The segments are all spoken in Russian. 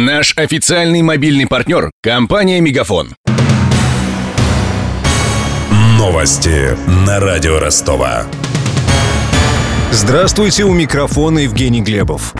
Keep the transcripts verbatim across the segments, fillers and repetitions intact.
Наш официальный мобильный партнер – компания «Мегафон». Новости на радио Ростова. Здравствуйте, у микрофона Евгений Глебов.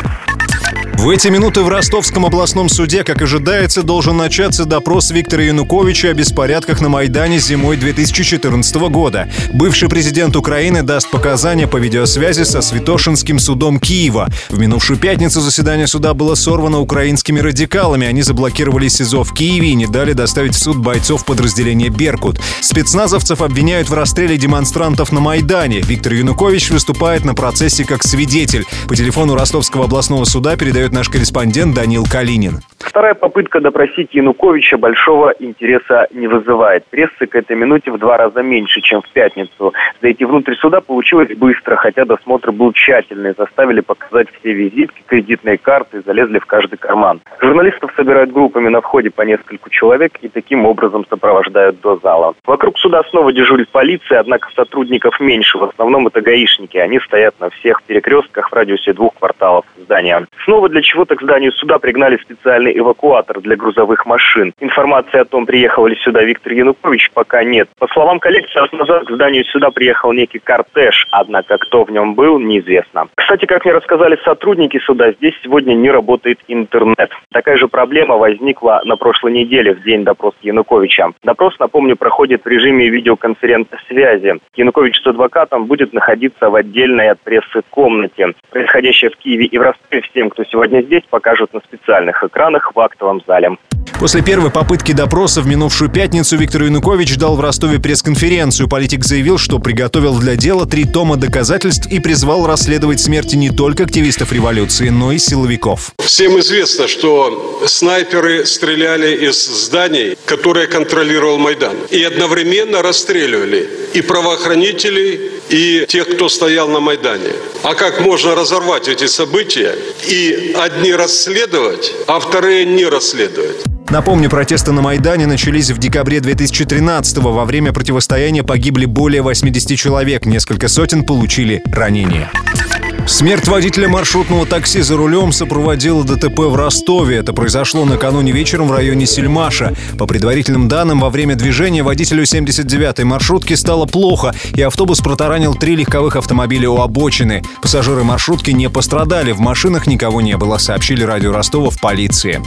В эти минуты в Ростовском областном суде, как ожидается, должен начаться допрос Виктора Януковича о беспорядках на Майдане зимой две тысячи четырнадцатого года. Бывший президент Украины даст показания по видеосвязи со Святошинским судом Киева. В минувшую пятницу заседание суда было сорвано украинскими радикалами. Они заблокировали СИЗО в Киеве и не дали доставить в суд бойцов подразделения «Беркут». Спецназовцев обвиняют в расстреле демонстрантов на Майдане. Виктор Янукович выступает на процессе как свидетель. По телефону Ростовского областного суда передает наш корреспондент Даниил Калинин. Вторая попытка допросить Януковича большого интереса не вызывает. Прессы к этой минуте в два раза меньше, чем в пятницу. Зайти внутрь суда получилось быстро, хотя досмотр был тщательный. Заставили показать все визитки, кредитные карты, залезли в каждый карман. Журналистов собирают группами на входе по нескольку человек и таким образом сопровождают до зала. Вокруг суда снова дежурит полиция, однако сотрудников меньше. В основном это гаишники. Они стоят на всех перекрестках в радиусе двух кварталов здания. Снова для чего-то к зданию суда пригнали специальный эвакуатор для грузовых машин. Информации о том, приехал ли сюда Виктор Янукович, пока нет. По словам коллег, час назад к зданию суда приехал некий кортеж, однако кто в нем был, неизвестно. Кстати, как мне рассказали сотрудники суда, здесь сегодня не работает интернет. Такая же проблема возникла на прошлой неделе, в день допроса Януковича. Допрос, напомню, проходит в режиме видеоконференц-связи. Янукович с адвокатом будет находиться в отдельной от прессы комнате. Происходящее в Киеве и в Ростове всем, кто сегодня здесь, покажут на специальных экранах в актовом зале. После первой попытки допроса в минувшую пятницу Виктор Янукович дал в Ростове пресс-конференцию. Политик заявил, что приготовил для дела три тома доказательств и призвал расследовать смерти не только активистов революции, но и силовиков. Всем известно, что снайперы стреляли из зданий, которые контролировал Майдан. И одновременно расстреливали и правоохранителей, и тех, кто стоял на Майдане. А как можно разорвать эти события и одни расследовать, а вторые не расследовать? Напомню, протесты на Майдане начались в декабре две тысячи тринадцатого. Во время противостояния погибли более восьмидесяти человек, несколько сотен получили ранения. Смерть водителя маршрутного такси за рулем сопроводила ДТП в Ростове. Это произошло накануне вечером в районе Сельмаша. По предварительным данным, во время движения водителю семьдесят девятой маршрутки стало плохо, и автобус протаранил три легковых автомобиля у обочины. Пассажиры маршрутки не пострадали, в машинах никого не было, сообщили радио Ростова в полиции.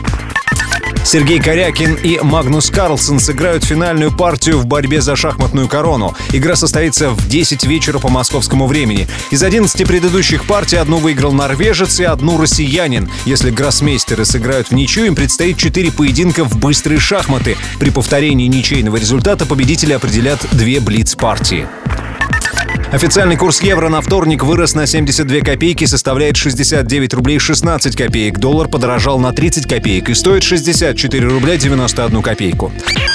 Сергей Корякин и Магнус Карлсон сыграют финальную партию в борьбе за шахматную корону. Игра состоится в десять вечера по московскому времени. Из одиннадцати предыдущих партий одну выиграл норвежец и одну россиянин. Если гроссмейстеры сыграют в ничью, им предстоит четыре поединка в быстрые шахматы. При повторении ничейного результата победители определят две блиц-партии. Официальный курс евро на вторник вырос на семьдесят две копейки, составляет шестьдесят девять рублей шестнадцать копеек. Доллар подорожал на тридцать копеек и стоит шестьдесят четыре рубля девяносто одну копейку.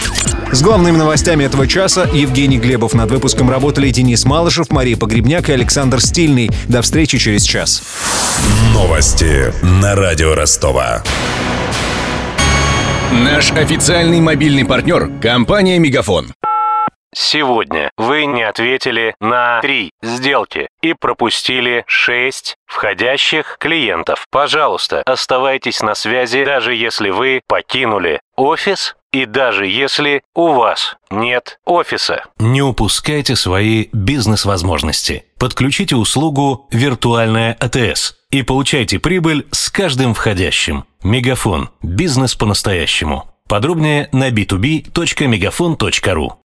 С главными новостями этого часа Евгений Глебов. Над выпуском работали Денис Малышев, Мария Погребняк и Александр Стильный. До встречи через час. Новости на радио Ростова. Наш официальный мобильный партнер – компания «Мегафон». Сегодня вы не ответили на три сделки и пропустили шесть входящих клиентов. Пожалуйста, оставайтесь на связи, даже если вы покинули офис и даже если у вас нет офиса. Не упускайте свои бизнес-возможности. Подключите услугу «Виртуальная АТС» и получайте прибыль с каждым входящим. Мегафон. Бизнес по-настоящему. Подробнее на би ту би точка мегафон точка ру.